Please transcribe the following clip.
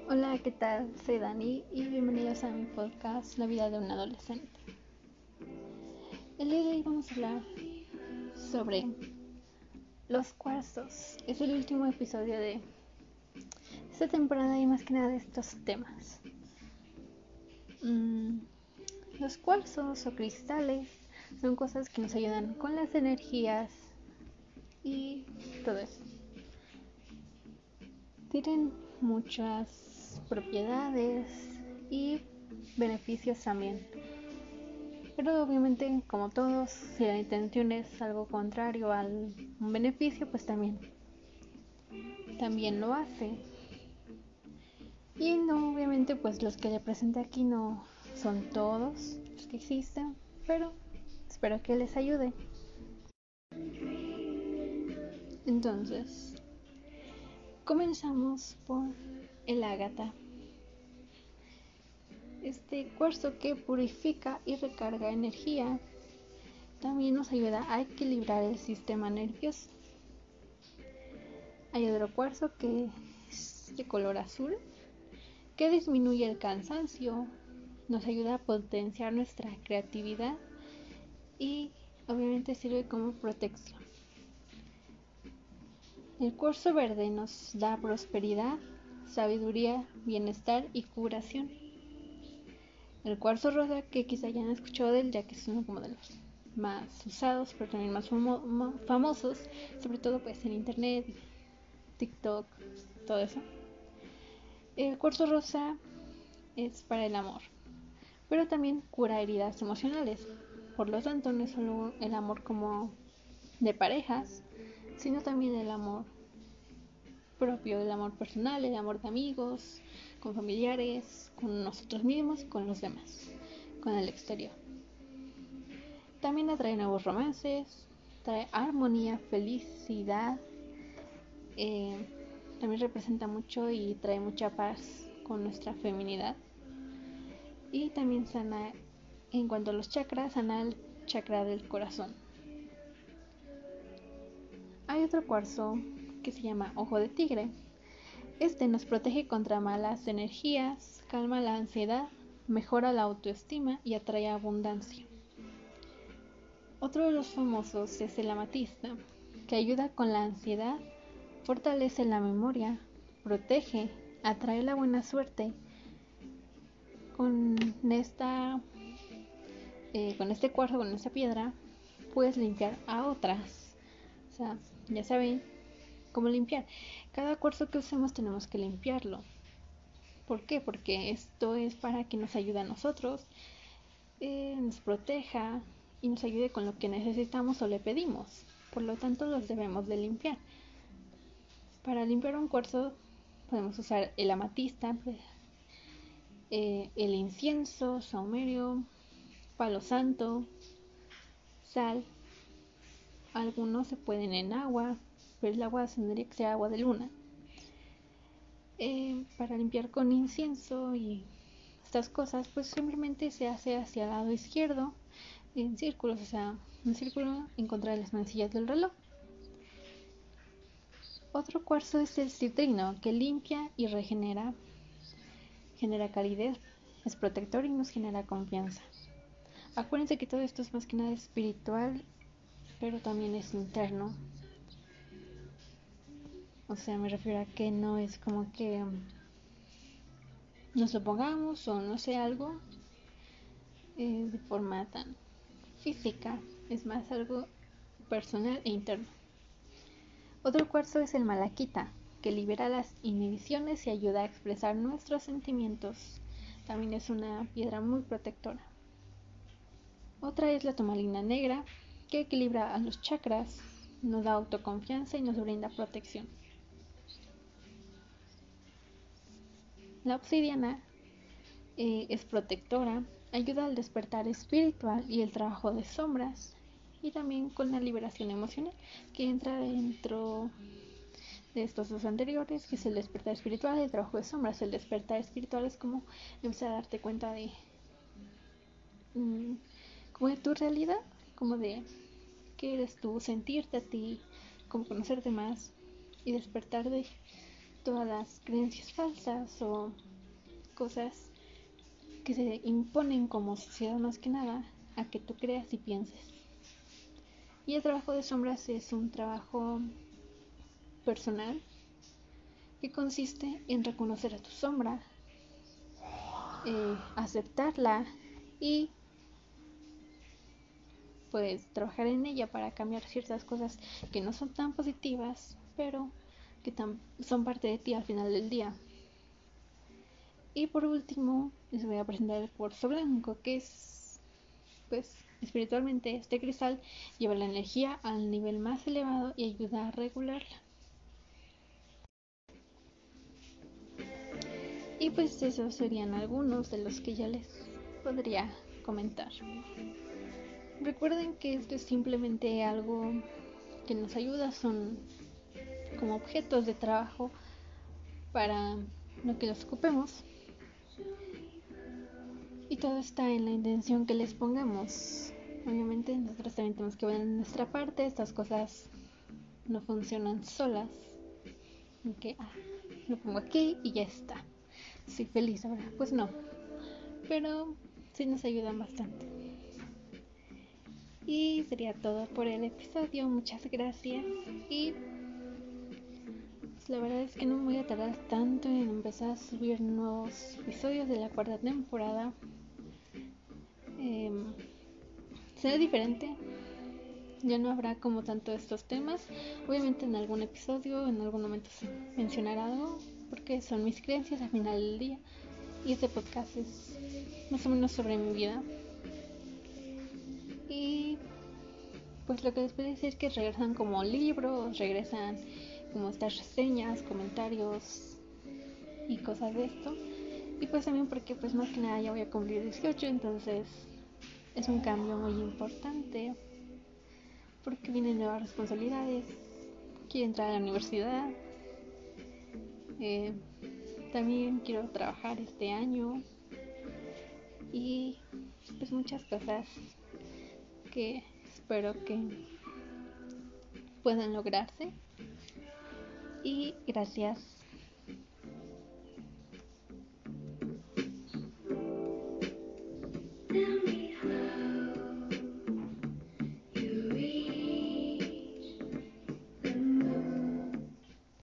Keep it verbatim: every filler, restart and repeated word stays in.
Hola, ¿qué tal? Soy Dani y bienvenidos a mi podcast La vida de un adolescente. El día de hoy vamos a hablar sobre los cuarzos. Es el último episodio de esta temporada y más que nada de estos temas. Mm, los cuarzos o cristales son cosas que nos ayudan con las energías y todo eso. Tienen muchas propiedades y beneficios también. Pero obviamente, como todos, si la intención es algo contrario al un beneficio, pues también, también lo hace. Y no, obviamente, pues los que le presenté aquí no son todos los que existen, pero espero que les ayude. Entonces, comenzamos por el ágata. Este cuarzo que purifica y recarga energía también nos ayuda a equilibrar el sistema nervioso. Hay otro cuarzo que es de color azul, que disminuye el cansancio, nos ayuda a potenciar nuestra creatividad y obviamente sirve como protección. El cuarzo verde nos da prosperidad, sabiduría, bienestar y curación. El cuarzo rosa, que quizá ya han escuchado de él, ya que es uno como de los más usados, pero también más famo- famosos, sobre todo pues en internet, TikTok, todo eso. El cuarzo rosa es para el amor, pero también cura heridas emocionales. Por lo tanto, no es solo el amor como de parejas, sino también el amor propio, el amor personal, el amor de amigos, con familiares, con nosotros mismos y con los demás, con el exterior. También atrae nuevos romances, trae armonía, felicidad, eh, también representa mucho y trae mucha paz con nuestra feminidad. Y también sana, en cuanto a los chakras, sana el chakra del corazón. Hay otro cuarzo que se llama ojo de tigre. Este nos protege contra malas energías, calma la ansiedad, mejora la autoestima y atrae abundancia. Otro de los famosos es el amatista, que ayuda con la ansiedad, fortalece la memoria, protege, atrae la buena suerte. Con esta eh, con este cuarzo, con esta piedra, puedes limpiar a otras. O sea, ya saben cómo limpiar. Cada cuarzo que usemos tenemos que limpiarlo. ¿Por qué? Porque esto es para que nos ayude a nosotros, eh, nos proteja y nos ayude con lo que necesitamos o le pedimos. Por lo tanto, los debemos de limpiar. Para limpiar un cuarzo podemos usar el amatista, eh, el incienso, saumerio, palo santo, sal. Algunos se pueden en agua, pero el agua tendría que ser agua de luna. Eh, para limpiar con incienso y estas cosas, pues simplemente se hace hacia el lado izquierdo, en círculos, o sea, un círculo en contra de las manecillas del reloj. Otro cuarzo es el citrino, que limpia y regenera, genera calidez, es protector y nos genera confianza. Acuérdense que todo esto es más que nada espiritual, pero también es interno. O sea, me refiero a que no es como que nos lo pongamos o no sé, algo eh, de forma tan física, es más algo personal e interno. Otro cuarzo es el malaquita, que libera las inhibiciones y ayuda a expresar nuestros sentimientos. También es una piedra muy protectora. Otra es la turmalina negra, que equilibra a los chakras, nos da autoconfianza y nos brinda protección. La obsidiana eh, es protectora, ayuda al despertar espiritual y el trabajo de sombras, y también con la liberación emocional, que entra dentro de estos dos anteriores, que es el despertar espiritual y el trabajo de sombras. El despertar espiritual es como empezar a darte cuenta de mmm, como de tu realidad, como de qué eres tú, sentirte a ti, como conocerte más y despertar de todas las creencias falsas o cosas que se imponen como sociedad más que nada a que tú creas y pienses. Y el trabajo de sombras es un trabajo personal que consiste en reconocer a tu sombra, eh, aceptarla y pues trabajar en ella para cambiar ciertas cosas que no son tan positivas, pero que tam- son parte de ti al final del día. Y por último, les voy a presentar el cuarzo blanco, que es, pues, espiritualmente este cristal lleva la energía al nivel más elevado y ayuda a regularla. Y pues esos serían algunos de los que ya les podría comentar. Recuerden que esto es simplemente algo que nos ayuda, son como objetos de trabajo para lo que los ocupemos. Y todo está en la intención que les pongamos. Obviamente nosotros también tenemos que ver en nuestra parte, estas cosas no funcionan solas. Que ah, lo pongo aquí y ya está. Soy feliz ahora. Pues no. Pero sí nos ayudan bastante. Y sería todo por el episodio. Muchas gracias. Y pues, la verdad es que no me voy a tardar tanto en empezar a subir nuevos episodios de la cuarta temporada. Eh, será diferente. Ya no habrá como tanto estos temas. Obviamente en algún episodio, en algún momento mencionar algo, porque son mis creencias al final del día. Y este podcast es más o menos sobre mi vida. Y pues lo que les puedo decir es que regresan como libros, regresan como estas reseñas, comentarios y cosas de esto. Y pues también porque pues más que nada ya voy a cumplir dieciocho, entonces es un cambio muy importante. Porque vienen nuevas responsabilidades, quiero entrar a la universidad, eh, también quiero trabajar este año y pues muchas cosas que espero que puedan lograrse. Y gracias.